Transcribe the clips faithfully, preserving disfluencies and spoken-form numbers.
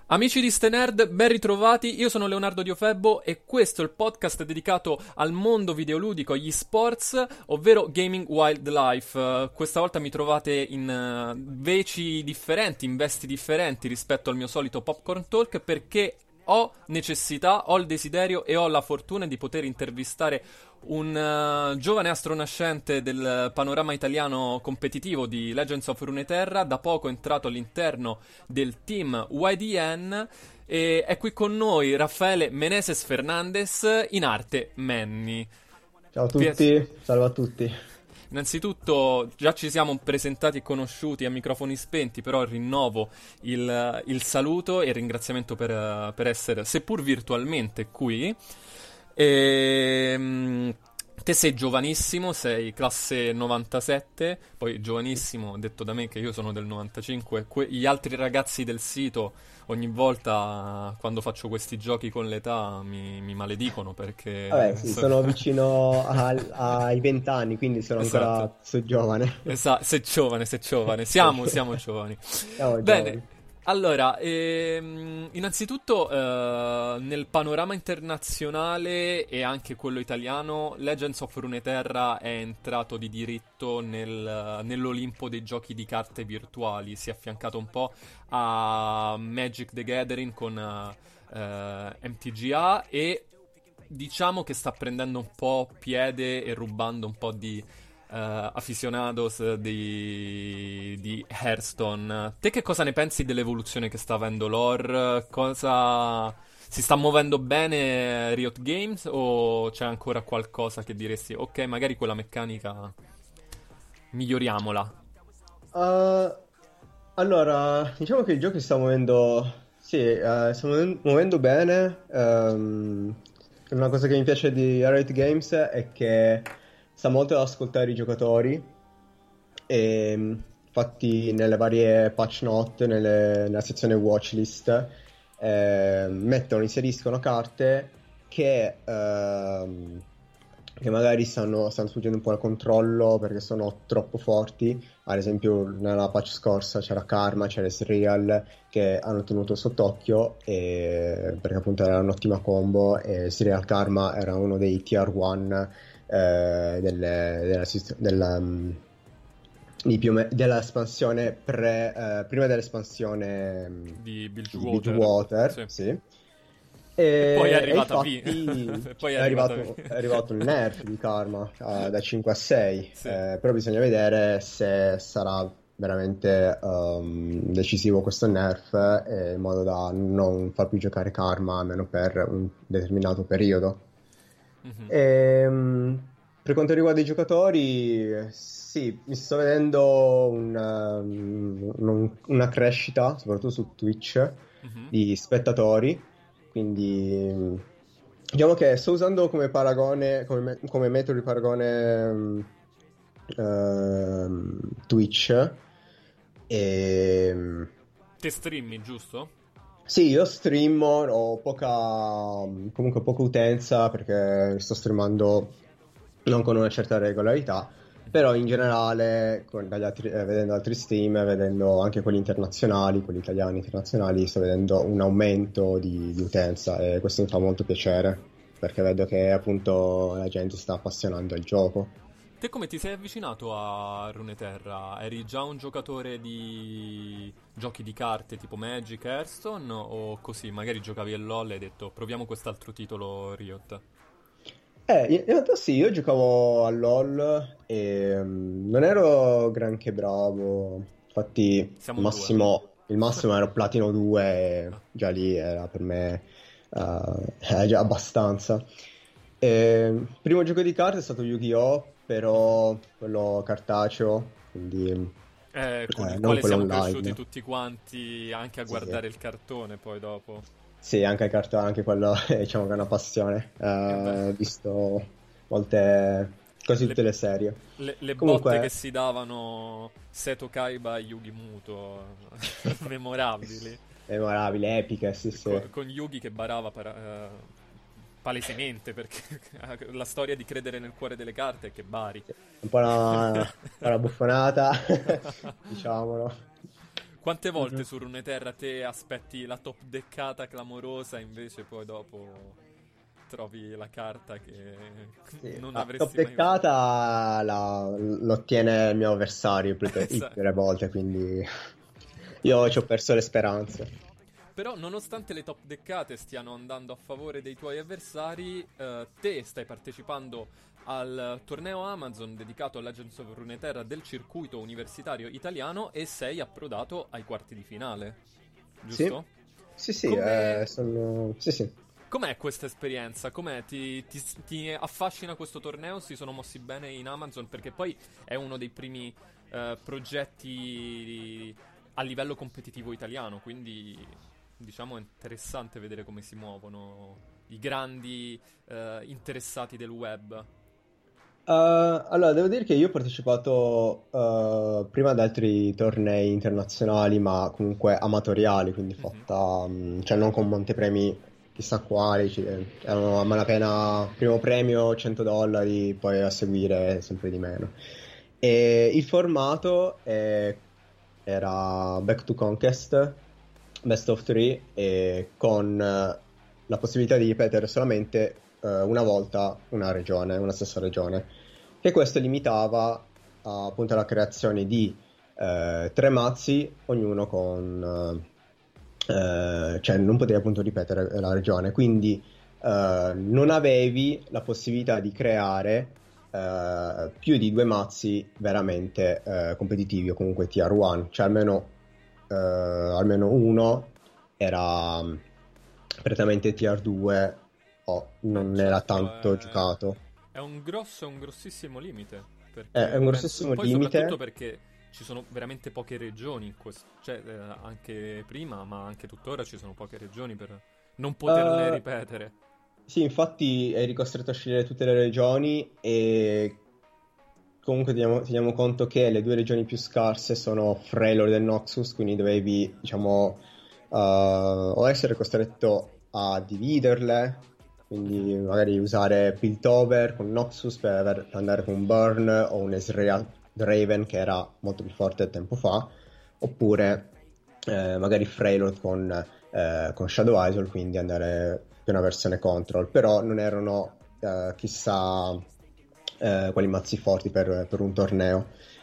Amici di Ste Nerd, ben ritrovati, io sono Leonardo Diofebbo e questo è il podcast dedicato al mondo videoludico, agli sports, ovvero Gaming Wildlife. Uh, questa volta mi trovate in uh, veci differenti, in vesti differenti rispetto al mio solito Popcorn Talk perché ho necessità, ho il desiderio e ho la fortuna di poter intervistare un uh, giovane astronascente del panorama italiano competitivo di Legends of Runeterra, da poco entrato all'interno del team Y D N, e è qui con noi Raffaele Meneses Fernandez, in arte Manny. Ciao a Piace- tutti, salve a tutti. Innanzitutto già ci siamo presentati e conosciuti a microfoni spenti, però rinnovo il, il saluto e il ringraziamento per, per essere, seppur virtualmente, qui. E, te sei giovanissimo, sei classe novantasette, poi giovanissimo, detto da me che io sono del novantacinque, que- gli altri ragazzi del sito ogni volta quando faccio questi giochi con l'età mi, mi maledicono Vabbè, perché... sì, sono vicino al- ai vent'anni, quindi sono Esatto. ancora sono giovane. Esatto, sei giovane, sei giovane, siamo, siamo giovani. Siamo Bene, giovani. allora, ehm, innanzitutto eh, nel panorama internazionale e anche quello italiano, Legends of Runeterra è entrato di diritto nel- nell'Olimpo dei giochi di carte virtuali, si è affiancato un po' a Magic the Gathering con eh, eh, M T G A e diciamo che sta prendendo un po' piede e rubando un po' di eh, aficionados di, di Hearthstone. Te che cosa ne pensi dell'evoluzione che sta avendo lore? Cosa... Si sta muovendo bene Riot Games o c'è ancora qualcosa che diresti, ok, magari quella meccanica miglioriamola? Uh, allora, diciamo che il gioco si sta muovendo, sì, eh, sta muoven- muovendo bene. Ehm, una cosa che mi piace di Riot Games è che sta molto ad ascoltare i giocatori e infatti nelle varie patch note, nelle- nella sezione watchlist, eh, mettono, inseriscono carte che, ehm, che magari stanno, stanno sfuggendo un po' al controllo perché sono troppo forti. Ad esempio, nella patch scorsa c'era Karma, c'era Ezreal che hanno tenuto sott'occhio e- perché appunto era un'ottima combo e Ezreal Karma era uno dei tier uno eh, delle- della, sist- della, mm, di più o me- dell'espansione pre, eh, prima dell'espansione mm, Di di Bilgewater? Bridgewater, Sì. sì. E poi è E, e arrivata V. infatti E poi è è arrivata arrivato, V. è arrivato il nerf di Karma eh, da cinque a sei, Sì. eh, però bisogna vedere se sarà veramente ehm, decisivo questo nerf eh, in modo da non far più giocare Karma almeno per un determinato periodo. Mhm. Ehm, per quanto riguarda i giocatori, sì, mi sto vedendo una, un- una crescita, soprattutto su Twitch, Mhm. di spettatori. Quindi diciamo che sto usando come paragone, come, me- come metodo di paragone mm, ehm, Twitch. E Te streaming, giusto? sì, io streamo, ho poca, comunque poca utenza perché sto streamando non con una certa regolarità, però in generale, con- dagli altri- eh, vedendo altri stream, vedendo anche quelli internazionali, quelli italiani internazionali, sto vedendo un aumento di, di utenza e questo mi fa molto piacere perché vedo che appunto la gente sta appassionando al gioco. Te come ti sei avvicinato a Runeterra? Eri già un giocatore di giochi di carte tipo Magic, Hearthstone o così? Magari giocavi a LoL e hai detto proviamo quest'altro titolo Riot. Eh, in in realtà sì, io giocavo a LoL e mm, non ero granché bravo, infatti il Siamo in due. massimo, il massimo era Platino due e Ah. già lì era per me eh, era già abbastanza. E, il primo gioco di carte è stato Yu-Gi-Oh!, Mhm. però quello cartaceo, quindi Eh, con eh, il non quale quello siamo cresciuti online. tutti quanti anche a Sì, guardare il cartone poi dopo. sì, anche il cartone, anche quello diciamo che è una passione. Eh, E beh, ho visto molte, quasi le, tutte le serie. le- le botte che Comunque, si davano Seto Kaiba e Yugi Muto, memorabili. memorabile, epiche, sì, sì. Co- con Yugi che barava para- eh, palesemente perché la storia di credere nel cuore delle carte è che bari. Un po' una, una buffonata, diciamolo. Quante volte Mhm. su Runeterra te aspetti la top deccata clamorosa, invece poi dopo trovi la carta che Sì, non ah, top avresti mai usato? deccata la, l'ottiene il mio avversario più, che- il più Esatto. delle volte, quindi No, io ci ho perso le speranze. però, nonostante le top deccate stiano andando a favore dei tuoi avversari, eh, te stai partecipando al torneo Amazon dedicato a Legends of Runeterra del circuito universitario italiano e sei approdato ai quarti di finale, Sì, giusto? sì, sì, eh, Come... sono... sì, sì. Com'è questa esperienza? Com'è? Ti, ti- ti affascina questo torneo? Si sono mossi bene in Amazon? Perché poi è uno dei primi eh, progetti a livello competitivo italiano, quindi diciamo è interessante vedere come si muovono i grandi eh, interessati del web. Uh, allora, devo dire che io ho partecipato uh, prima ad altri tornei internazionali, ma comunque amatoriali, quindi Mhm. fatta, mm, cioè non con montepremi chissà quali, ci- eh, erano a malapena primo premio cento dollari, poi a seguire sempre di meno. E il formato è- era Back to Conquest, Best of Three, e con eh, la possibilità di ripetere solamente eh, una volta una regione, una stessa regione, che questo limitava a, appunto alla creazione di eh, tre mazzi, ognuno con... eh, eh, cioè non potevi appunto ripetere la regione, quindi eh, non avevi la possibilità di creare eh, più di due mazzi veramente eh, competitivi o comunque tier uno, cioè almeno, eh, almeno uno era mm, prettamente tier due o Beh, non era certo, tanto è, giocato. è un grosso, è un grossissimo limite. È, è Perché un penso, grossissimo poi soprattutto limite. perché ci sono veramente poche regioni in questo, cioè eh, anche prima, ma anche tuttora ci sono poche regioni per non poterle Uh, ripetere. sì, infatti eri costretto a scegliere tutte le regioni e comunque teniamo, teniamo conto che le due regioni più scarse sono Freljord e Noxus, quindi dovevi, diciamo, uh, o essere costretto a dividerle, Mhm. quindi magari usare Piltover con Noxus per, aver- per andare con Burn o un Ezreal Draven che era molto più forte tempo fa, oppure eh, magari Freljord con, eh, con Shadow Isle, quindi andare per una versione Control, però non erano eh, chissà eh, quali mazzi forti per, per un torneo.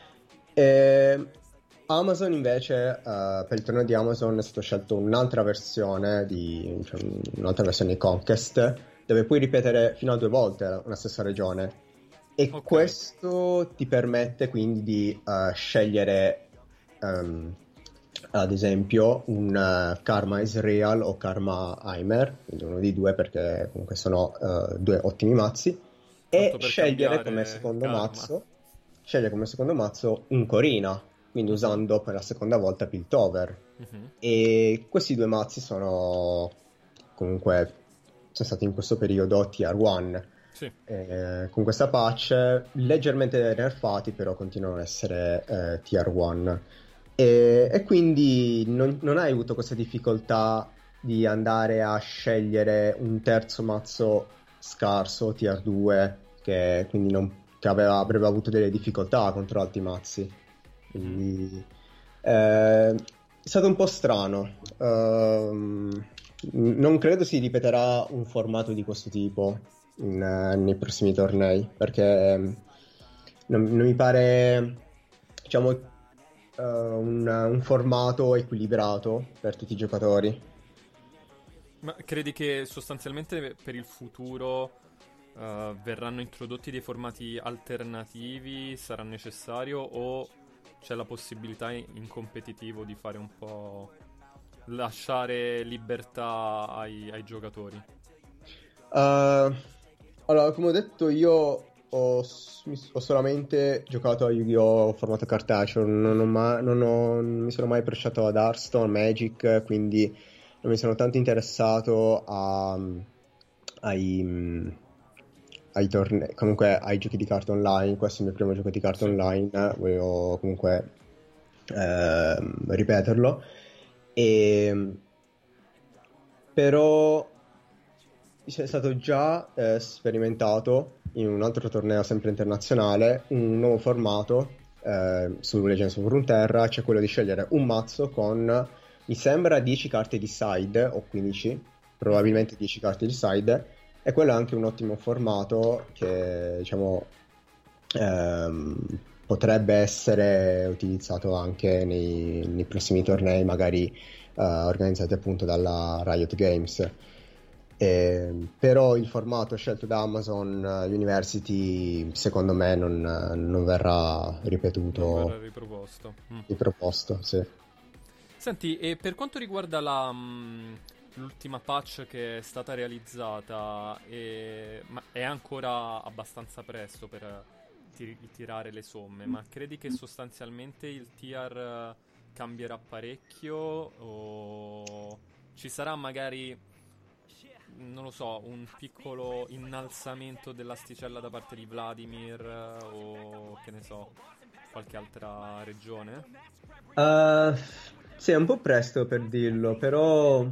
E Amazon invece, eh, per il torneo di Amazon è stata scelta un'altra versione di, cioè, un'altra versione di Conquest, dove puoi ripetere fino a due volte una stessa regione. E Ok, questo ti permette quindi di eh, scegliere, ehm, ad esempio, un eh, Karma Israel o Karma Heimer, quindi uno di due perché comunque sono eh, due ottimi mazzi, e tanto per scegliere come cambiare secondo karma. mazzo, scegliere come secondo mazzo un Corina, quindi Mhm, usando per la seconda volta Piltover. mhm. E questi due mazzi sono comunque sono stati in questo periodo tier uno. Sì. Eh, con questa patch leggermente nerfati, però continuano ad essere eh, tier uno. E, e quindi non, non hai avuto questa difficoltà di andare a scegliere un terzo mazzo scarso, tier due, che quindi non, che aveva- avrebbe avuto delle difficoltà contro altri mazzi. Mhm. Quindi eh, è stato un po' strano. Ehm, non credo si ripeterà un formato di questo tipo in, eh, nei prossimi tornei, perché ehm, non, non mi pare, diciamo, eh, un, un formato equilibrato per tutti i giocatori. Ma credi che sostanzialmente per il futuro eh, verranno introdotti dei formati alternativi? Sarà necessario o c'è la possibilità in in competitivo di fare un po' lasciare libertà ai, ai giocatori? Uh, allora, come ho detto, io ho, s- mi- ho solamente giocato a Yu-Gi-Oh! Formato cartaceo, non, ho Mhm. mai- non ho- non mi sono mai approcciato ad Hearthstone, Magic, quindi non mi sono tanto interessato a- ai, mm, ai tornei, comunque ai giochi di carta online. Questo è il mio primo gioco di carta Sì. online, volevo comunque ehm, ripeterlo. E, però c'è stato già eh, sperimentato in un altro torneo sempre internazionale un nuovo formato eh, su Legends of Runeterra c'è quello di scegliere un mazzo con, mi sembra, dieci carte di side o quindici, probabilmente dieci carte di side, e quello è anche un ottimo formato che, diciamo, ehm, potrebbe essere utilizzato anche nei, nei prossimi tornei, magari eh, organizzati appunto dalla Riot Games. Eh, però il formato scelto da Amazon eh, University secondo me non, non verrà ripetuto, Non verrà riproposto. Mm. riproposto, sì. Senti, e per quanto riguarda la, mh, l'ultima patch che è stata realizzata, e, ma è ancora abbastanza presto per ti- tirare le somme, ma credi che sostanzialmente il tier eh, cambierà parecchio o ci sarà magari, non lo so, un piccolo innalzamento dell'asticella da parte di Vladimir eh, o che ne so, qualche altra regione? Uh, sì, è un po' presto per dirlo, però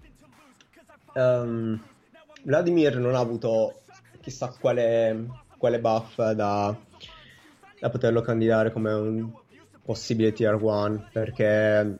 ehm, Vladimir non ha avuto chissà quale, quale buff da, da poterlo candidare come un possibile tier uno, perché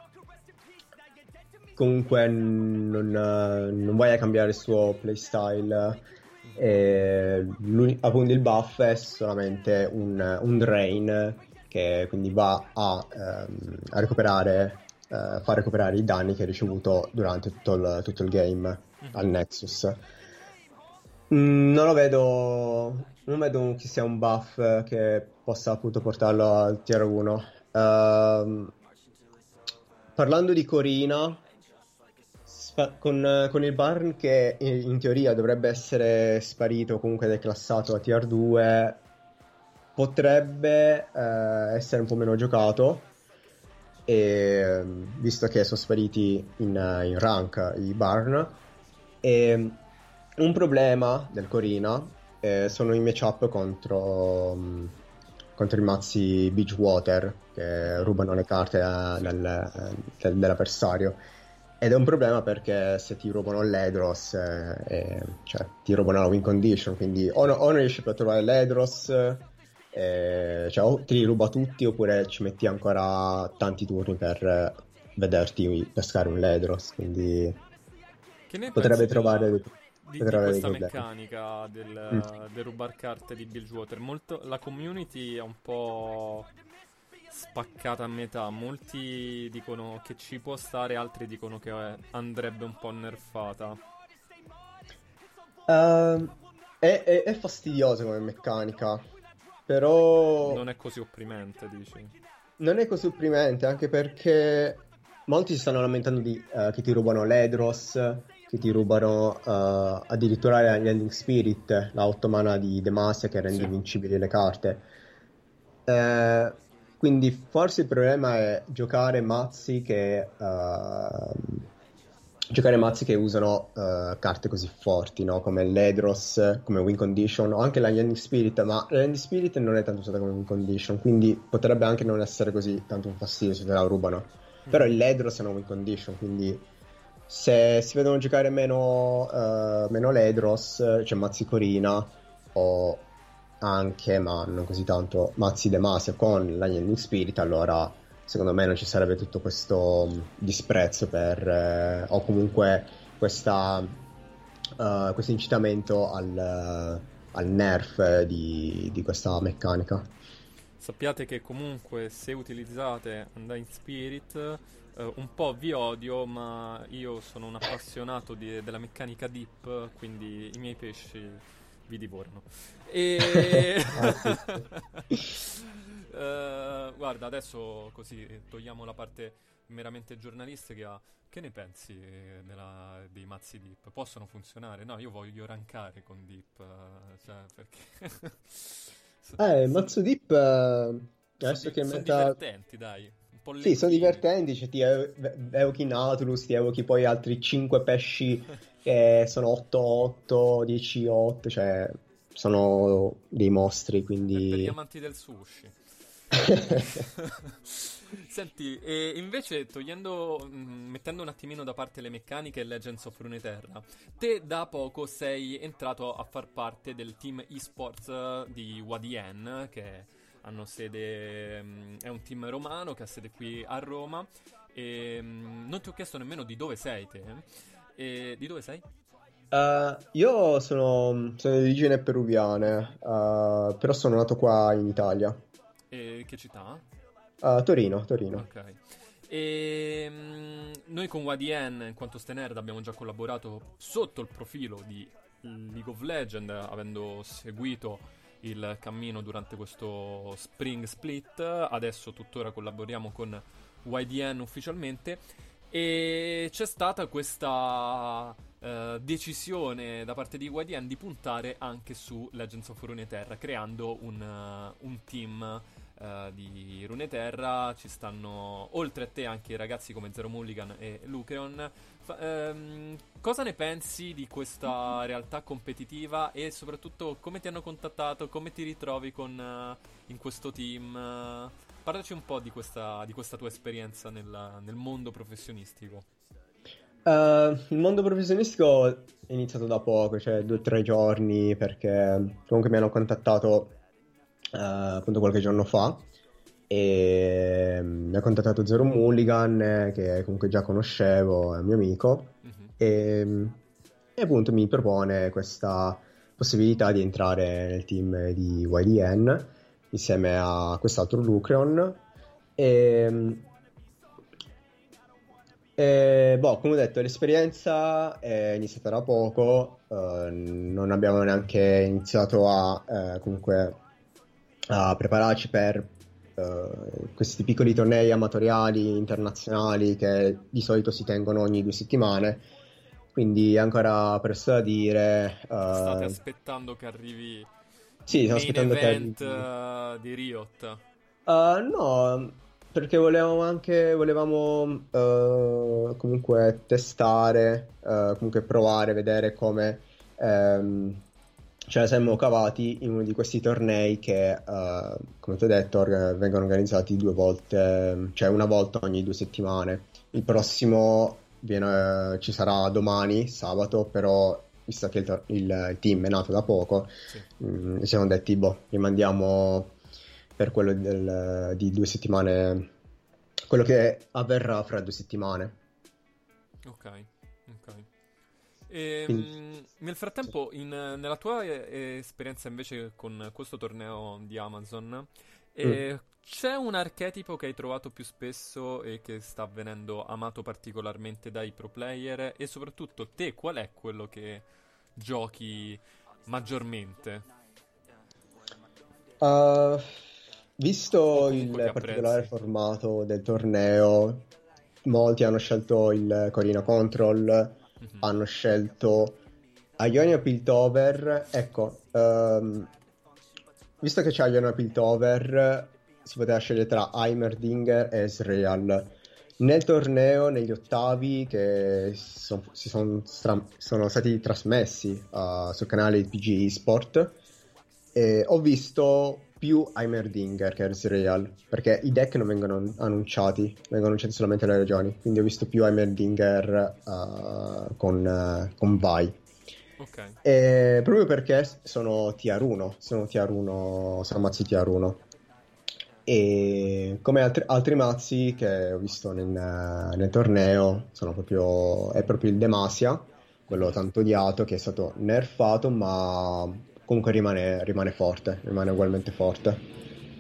comunque non, non vai a cambiare il suo playstyle. E l'uni- appunto il buff è solamente un, un drain che quindi va a, ehm, a recuperare, eh, fa recuperare i danni che hai ricevuto durante tutto il, tutto il game al Nexus. Mm, non lo vedo, non vedo che sia un buff che possa appunto portarlo al tier uno. Ehm, parlando di Corina, spa- con, con il Barn che in, in teoria dovrebbe essere sparito o comunque declassato a tier due, potrebbe eh, essere un po' meno giocato, e, visto che sono spariti in, in rank i Barn. E un problema del Corina eh, sono i matchup contro, mh, contro i mazzi Beachwater che rubano le carte eh, del- del- dell'avversario. Ed è un problema perché se ti rubano l'Edros, eh, eh, cioè ti rubano la win condition, quindi o, no- o non riesci più a trovare l'Edros, eh, cioè o ti li ruba tutti oppure ci metti ancora tanti turni per eh, vederti pescare un Ledros, quindi Che ne potrebbe pensi della, trovare, dei- di, di potrebbe avere dei questa problemi. meccanica Mm. del, del rubar carte di Bilgewater? Molto, la community è un po' spaccata a metà. Molti dicono che ci può stare, altri dicono che eh, andrebbe un po' nerfata. Ehm, è, è- è fastidiosa come meccanica, però Non è così opprimente, dici? non è così opprimente, anche perché molti si stanno lamentando di, eh, che ti rubano l'Edros, che ti rubano eh, addirittura l'Ending Spirit, la otto mana di Demacia che rende Sì. invincibili le carte. Eh, quindi forse il problema è giocare mazzi che ehm, giocare mazzi che usano eh, carte così forti, no? Come l'Edros, come Win Condition, o anche la Yending Spirit, ma la Yending Spirit non è tanto usata come Win Condition, quindi potrebbe anche non essere così tanto un fastidio se te la rubano. Però il Ledros è una Win Condition, quindi se si vedono giocare meno, eh, meno Ledros, cioè mazzi Corina, o anche, ma non così tanto, mazzi Demacia con la Yending Spirit, allora secondo me non ci sarebbe tutto questo mh, disprezzo per, eh, o comunque questa, eh, questo incitamento al, eh, al nerf eh, di, di questa meccanica. Sappiate che comunque se utilizzate Undying Spirit eh, un po' vi odio, ma io sono un appassionato di- della meccanica Deep, quindi i miei pesci vi divorano. E... Ah, sì. Eh, guarda, adesso così togliamo la parte meramente giornalistica. Che ne pensi della- dei mazzi Deep? Possono funzionare? No, io voglio rankare con Deep, eh, cioè perché... Eh, Mazzo Deep, eh, adesso che è Sono meta. divertenti, dai, un po' Sì, sono lentini. divertenti, cioè, ti ev- evochi Nautilus, ti evochi poi altri cinque pesci che sono otto otto, dieci otto, cioè sono dei mostri, È per gli quindi. amanti del sushi. Senti, e invece togliendo, mh, mettendo un attimino da parte le meccaniche e Legends of Runeterra, te da poco sei entrato a far parte del team esports eh, di Y D N, che hanno sede, mh, è un team romano che ha sede qui a Roma. E mh, non ti ho chiesto nemmeno di dove sei te. eh? E di dove sei? Uh, io sono, sono di origine peruviane, uh, però sono nato qua in Italia. E che città? Uh, Torino, Torino. Ok. E mh, noi con Y D N, in quanto Ste Nerd, abbiamo già collaborato sotto il profilo di League of Legends, avendo seguito il cammino durante questo Spring Split. Adesso tuttora collaboriamo con Y D N ufficialmente e c'è stata questa eh, decisione da parte di Y D N di puntare anche su Legends of Runeterra, creando un, uh, un team uh, di Runeterra. Ci stanno oltre a te anche ragazzi come Zero Mulligan e Lukeon. Fa- ehm, cosa ne pensi di questa realtà competitiva e soprattutto come ti hanno contattato, come ti ritrovi con, uh, in questo team? Uh, parlaci un po' di questa, di questa tua esperienza nel, nel mondo professionistico. Uh, il mondo professionistico è iniziato da poco, cioè due o tre giorni, perché comunque mi hanno contattato uh, appunto qualche giorno fa e mi ha contattato Zero Mulligan, eh, che comunque già conoscevo, è un mio amico, Mhm. e, e appunto mi propone questa possibilità di entrare nel team di Y D N insieme a quest'altro Lucreon. E, e, boh, come ho detto, l'esperienza è iniziata da poco, eh, non abbiamo neanche iniziato a eh, comunque a prepararci per eh, questi piccoli tornei amatoriali internazionali che di solito si tengono ogni due settimane, quindi è ancora presto da dire. State eh, aspettando che arrivi sì, il stiamo main aspettando che event arrivi. uh, di Riot. Uh, no, perché volevamo anche, volevamo uh, comunque testare, uh, comunque provare, vedere come ehm, ce la siamo cavati in uno di questi tornei che, uh, come ti ho detto, orga- vengono organizzati due volte, cioè una volta ogni due settimane. Il prossimo viene- ci sarà domani, sabato, però visto che il, tor- il- il team è nato da poco, Sì, mm, ci siamo detti, boh, rimandiamo per quello del- di due settimane, quello che avverrà fra due settimane. ok, ok. Quindi, Ehm, nel sì. frattempo, in- nella tua eh, esperienza invece con questo torneo di Amazon, Mm. eh, c'è un archetipo che hai trovato più spesso e che sta venendo amato particolarmente dai pro player? E soprattutto te, qual è quello che giochi maggiormente? Uh, O visto comunque che il particolare apprezzi? formato del torneo, molti hanno scelto il Corina Control, Mhm. hanno scelto Ionia Piltover. Ecco, ehm, visto che c'è Ionia Piltover, si poteva scegliere tra Heimerdinger e Ezreal. Nel torneo, negli ottavi che son- si son stra- sono stati trasmessi uh, sul canale di P G Esport, e ho visto più Heimerdinger che Ezreal, perché i deck non vengono annunciati, vengono annunciati solamente le regioni, quindi ho visto più Heimerdinger uh, con, uh, con Vi. Ok. E proprio perché sono tier uno, sono tier uno, sono mazzi tier uno. E come altri, altri mazzi che ho visto nel, nel torneo, sono proprio, è proprio il Demacia, quello Mhm. tanto odiato che è stato nerfato, ma comunque rimane, rimane forte, rimane ugualmente forte.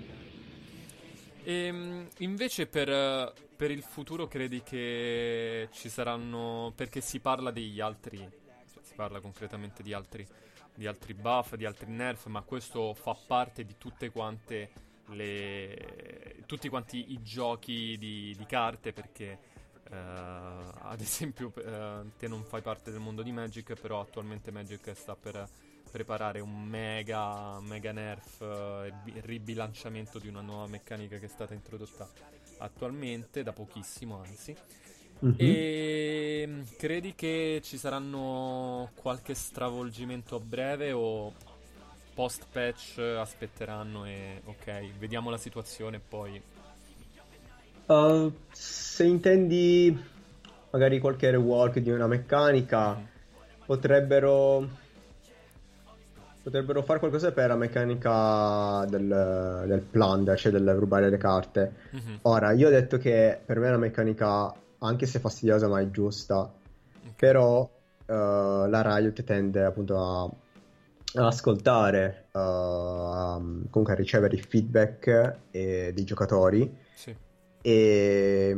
Ehm, invece per, eh, per il futuro credi che ci saranno, perché si parla degli altri, cioè si parla concretamente di altri, di altri buff, di altri nerf, ma questo fa parte di tutte quante le, tutti quanti i giochi di, di carte, perché eh, ad esempio eh, te non fai parte del mondo di Magic, però attualmente Magic sta per preparare un mega, mega nerf eh, e bi- ribilanciamento di una nuova meccanica che è stata introdotta attualmente, da pochissimo anzi. Mhm. E mm, credi che ci saranno qualche stravolgimento a breve o post patch aspetteranno e ok, vediamo la situazione e poi... Uh, se intendi magari qualche rework di una meccanica, Mhm. potrebbero potrebbero fare qualcosa per la meccanica del, del plunder, cioè del rubare le carte. Mhm. Ora, io ho detto che per me è una meccanica, anche se fastidiosa, ma è giusta. Ok. Però eh, la Riot tende appunto a, ad ascoltare, eh, a- comunque a ricevere il feedback eh, dei giocatori Sì. e,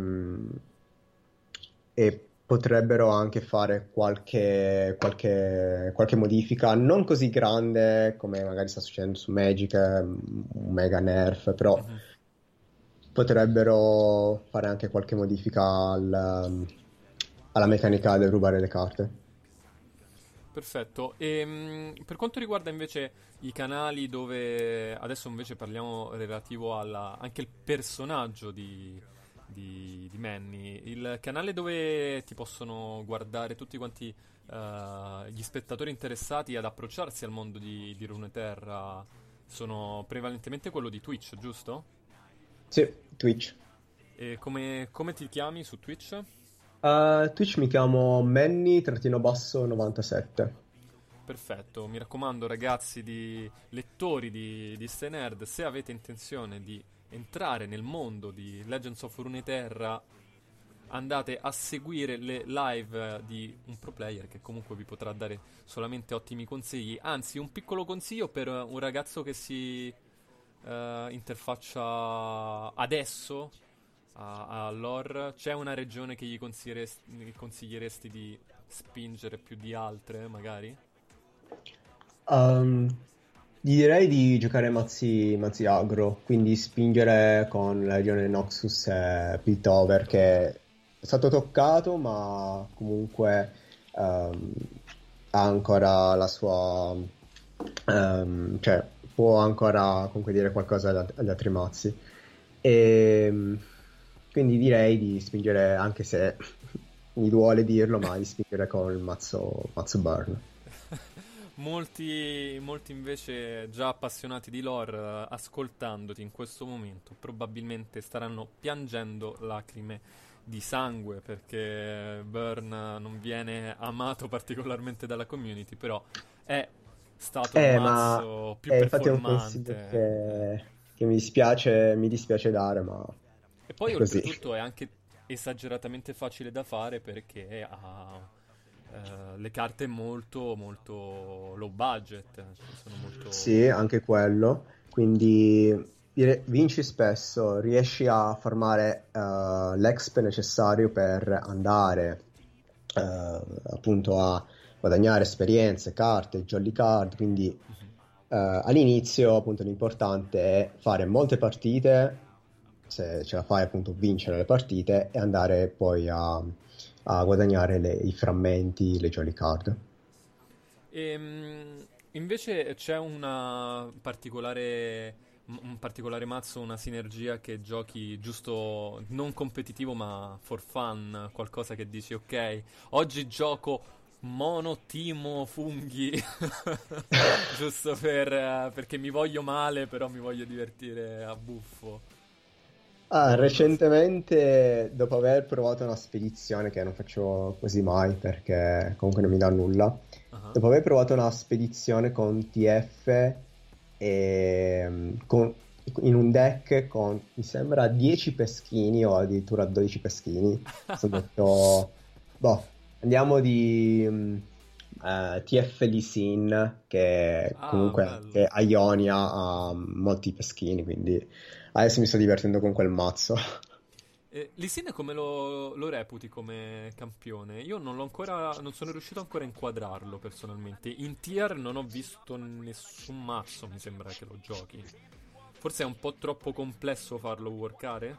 e potrebbero anche fare qualche, qualche, qualche modifica, non così grande come magari sta succedendo su Magic, eh, un mega nerf, però Mhm. potrebbero fare anche qualche modifica al- alla meccanica del rubare le carte. Perfetto. E mh, per quanto riguarda invece i canali dove adesso invece parliamo relativo alla anche il personaggio di, di, di Manny, il canale dove ti possono guardare tutti quanti eh, gli spettatori interessati ad approcciarsi al mondo di, di Runeterra sono prevalentemente quello di Twitch, giusto? Sì, Twitch. E come, come ti chiami su Twitch? Uh, Twitch mi chiamo Manny-novantasette. Perfetto, mi raccomando ragazzi di lettori di, di Stay Nerd, se avete intenzione di entrare nel mondo di Legends of Runeterra, andate a seguire le live di un pro player che comunque vi potrà dare solamente ottimi consigli. Anzi, un piccolo consiglio per un ragazzo che si eh, interfaccia adesso a, a lore, c'è una regione che gli consiglieresti, consiglieresti di spingere più di altre, magari? Um, Gli direi di giocare mazzi, mazzi agro, quindi spingere con la Legione Noxus e Piltover che è stato toccato, ma comunque ehm, ha ancora la sua... ehm, cioè può ancora comunque dire qualcosa agli, agli altri mazzi. E quindi direi di spingere, anche se mi duole dirlo, ma di spingere con il mazzo, mazzo Burn. Molti, molti invece già appassionati di lore, eh, ascoltandoti in questo momento, probabilmente staranno piangendo lacrime di sangue perché Burn non viene amato particolarmente dalla community, però è stato il Eh, ma mazzo più è infatti è un consiglio performante. eh. che, che mi dispiace, mi dispiace dare, ma E è poi così. oltretutto è anche esageratamente facile da fare perché ha eh, le carte molto molto low budget, cioè sono Sì, molto... anche quello. Quindi dire- vinci spesso, riesci a farmare eh, l'exp necessario per andare eh, appunto a guadagnare esperienze, carte, jolly card. Quindi Mhm. eh, all'inizio appunto l'importante è fare molte partite, se ce la fai appunto vincere le partite e andare poi a, a guadagnare le- i frammenti, le jolly card. Ehm, invece c'è una particolare, un particolare mazzo, una sinergia che giochi giusto non competitivo ma for fun, qualcosa che dici ok, oggi gioco mono, timo, funghi, giusto per, eh, perché mi voglio male però mi voglio divertire a buffo. Ah, Non lo so. recentemente, dopo aver provato una spedizione, che non faccio quasi mai perché comunque non mi dà nulla, Ah. dopo aver provato una spedizione con T F e mm, con- in un deck con, mi sembra, dieci peschini o addirittura dodici peschini, sono detto, boh, andiamo di mm, eh, T F Lee Sin, che Ah, comunque bello. anche a Ionia ha molti peschini, quindi... Adesso mi sto divertendo con quel mazzo. E Lee come lo, lo reputi come campione? Io non l'ho ancora, non sono riuscito ancora a inquadrarlo personalmente. In tier non ho visto nessun mazzo, mi sembra che lo giochi. Forse è un po' troppo complesso farlo workare?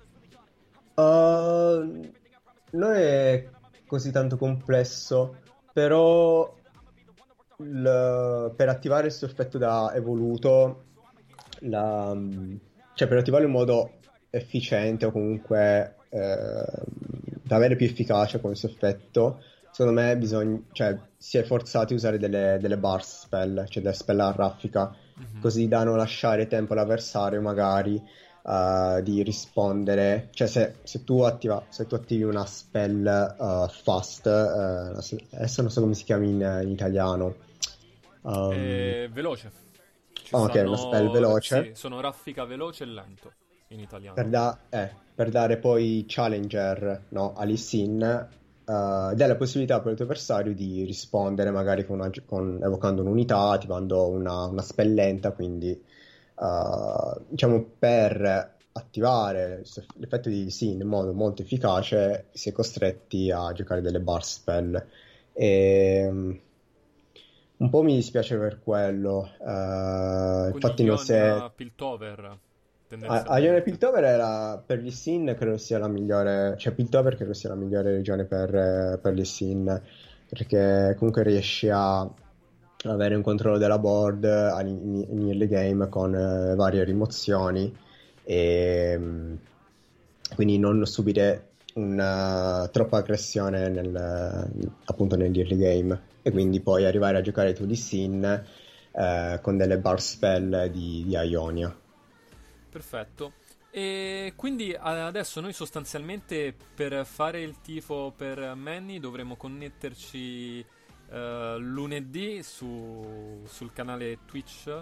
Uh, non è così tanto complesso, però il- per attivare il suo effetto da evoluto, la- cioè per attivarlo in modo efficiente o comunque eh, da avere più efficacia con il suo effetto, secondo me bisogna, cioè, si è forzati a usare delle, delle burst spell, cioè delle spell a raffica, Mhm. così da non lasciare tempo all'avversario magari eh, di rispondere. Cioè se, se tu attiva, se tu attivi una spell eh, fast, eh, adesso non so come si chiama in, in italiano, Um, È veloce. Ci ok, una spell stanno... Sì, veloce. sono raffica veloce e lento in Per, italiano. da- eh, per dare poi challenger, no, a Lee Sin, eh, dai la possibilità per il tuo avversario di rispondere magari con una- con- evocando un'unità, attivando una, una spell lenta, quindi eh, diciamo per attivare questo eff- l'effetto di Lee Sin in modo molto efficace si è costretti a giocare delle bar spell. E, mm, un po' mi dispiace per quello, eh, Quindi infatti non si è. Ion Piltover, A- Aione tendenzialmente. Piltover era per gli Sin, credo sia la migliore, cioè Piltover credo sia la migliore regione per, eh, per gli Sin, perché comunque riesci a avere un controllo della board all- in, in early game con eh, varie rimozioni e mm, quindi non subire una troppa aggressione nel, appunto negli early game e quindi poi arrivare a giocare tu di Sin eh, con delle bar spell di, di Ionia. Perfetto. E quindi a- adesso noi sostanzialmente per fare il tifo per Manny dovremo connetterci eh, lunedì su- sul canale Twitch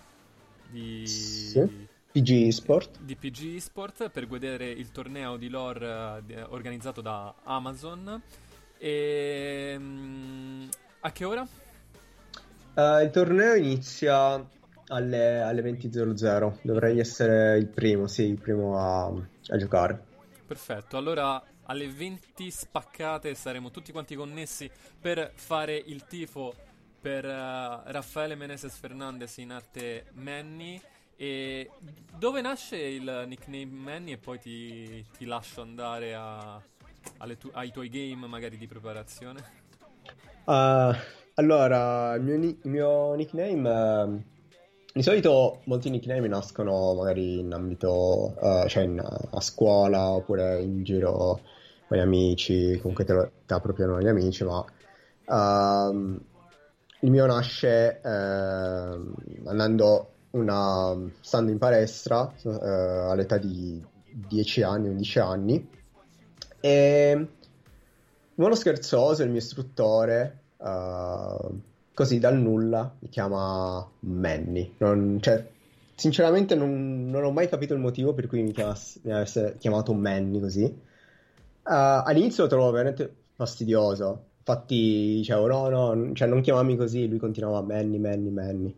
Sì. di, P G Sport. di P G Esport per vedere il torneo di lore eh, di- organizzato da Amazon. E mm, a che ora? Eh, il torneo inizia alle, alle venti e zero zero. Mhm. Dovrei essere il primo, sì, il primo a, a giocare. Perfetto, allora alle venti spaccate saremo tutti quanti connessi per fare il tifo per eh, Raffaele Meneses Fernandez in arte Manny. E dove nasce il nickname Manny? E poi ti, ti lascio andare a- alle tu- ai tuoi game magari di preparazione. Eh, allora, il mio, ni- il mio nickname, ehm, di solito molti nickname nascono magari in ambito, eh, cioè in- a scuola oppure in giro con gli amici, Mhm. comunque te lo te appropriano gli amici, ma ehm, il mio nasce ehm, andando una, stando in palestra eh, all'età di dieci anni, undici anni e in modo scherzoso il mio istruttore, eh, così dal nulla, mi chiama Manny. Non- cioè, sinceramente non, non ho mai capito il motivo per cui mi, chiamas- mi avesse chiamato Manny così. Eh, all'inizio lo trovo veramente fastidioso. Infatti dicevo no, no, cioè non chiamarmi così, lui continuava Manny, Manny, Manny.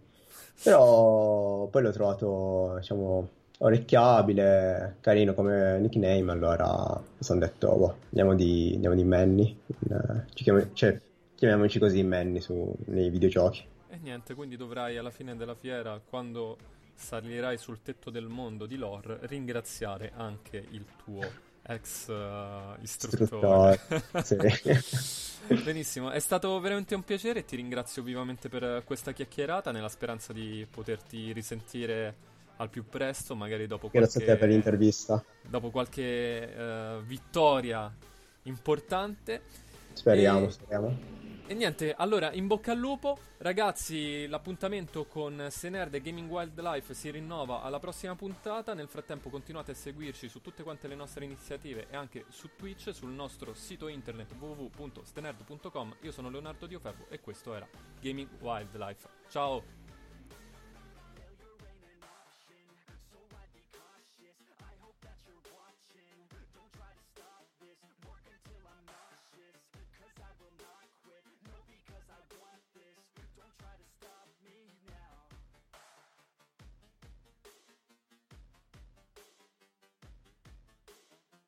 Però poi l'ho trovato, diciamo, orecchiabile, carino come nickname, allora mi sono detto, boh, andiamo di, andiamo di Manny. Eh, ci chiami- cioè, chiamiamoci così Manny su, nei videogiochi. E niente, quindi dovrai alla fine della fiera, quando salirai sul tetto del mondo di lore, ringraziare anche il tuo ex eh, istruttore. Istruttore, sì. Benissimo, è stato veramente un piacere e ti ringrazio vivamente per questa chiacchierata, nella speranza di poterti risentire al più presto, magari dopo Grazie a te per qualche, l'intervista. dopo qualche eh, vittoria importante. Speriamo, E, speriamo. e niente, allora in bocca al lupo, ragazzi. L'appuntamento con Senerd e Gaming Wildlife si rinnova alla prossima puntata. Nel frattempo continuate a seguirci su tutte quante le nostre iniziative e anche su Twitch, sul nostro sito internet w w w punto stenerd punto com. Io sono Leonardo Diofervo e questo era Gaming Wildlife. Ciao!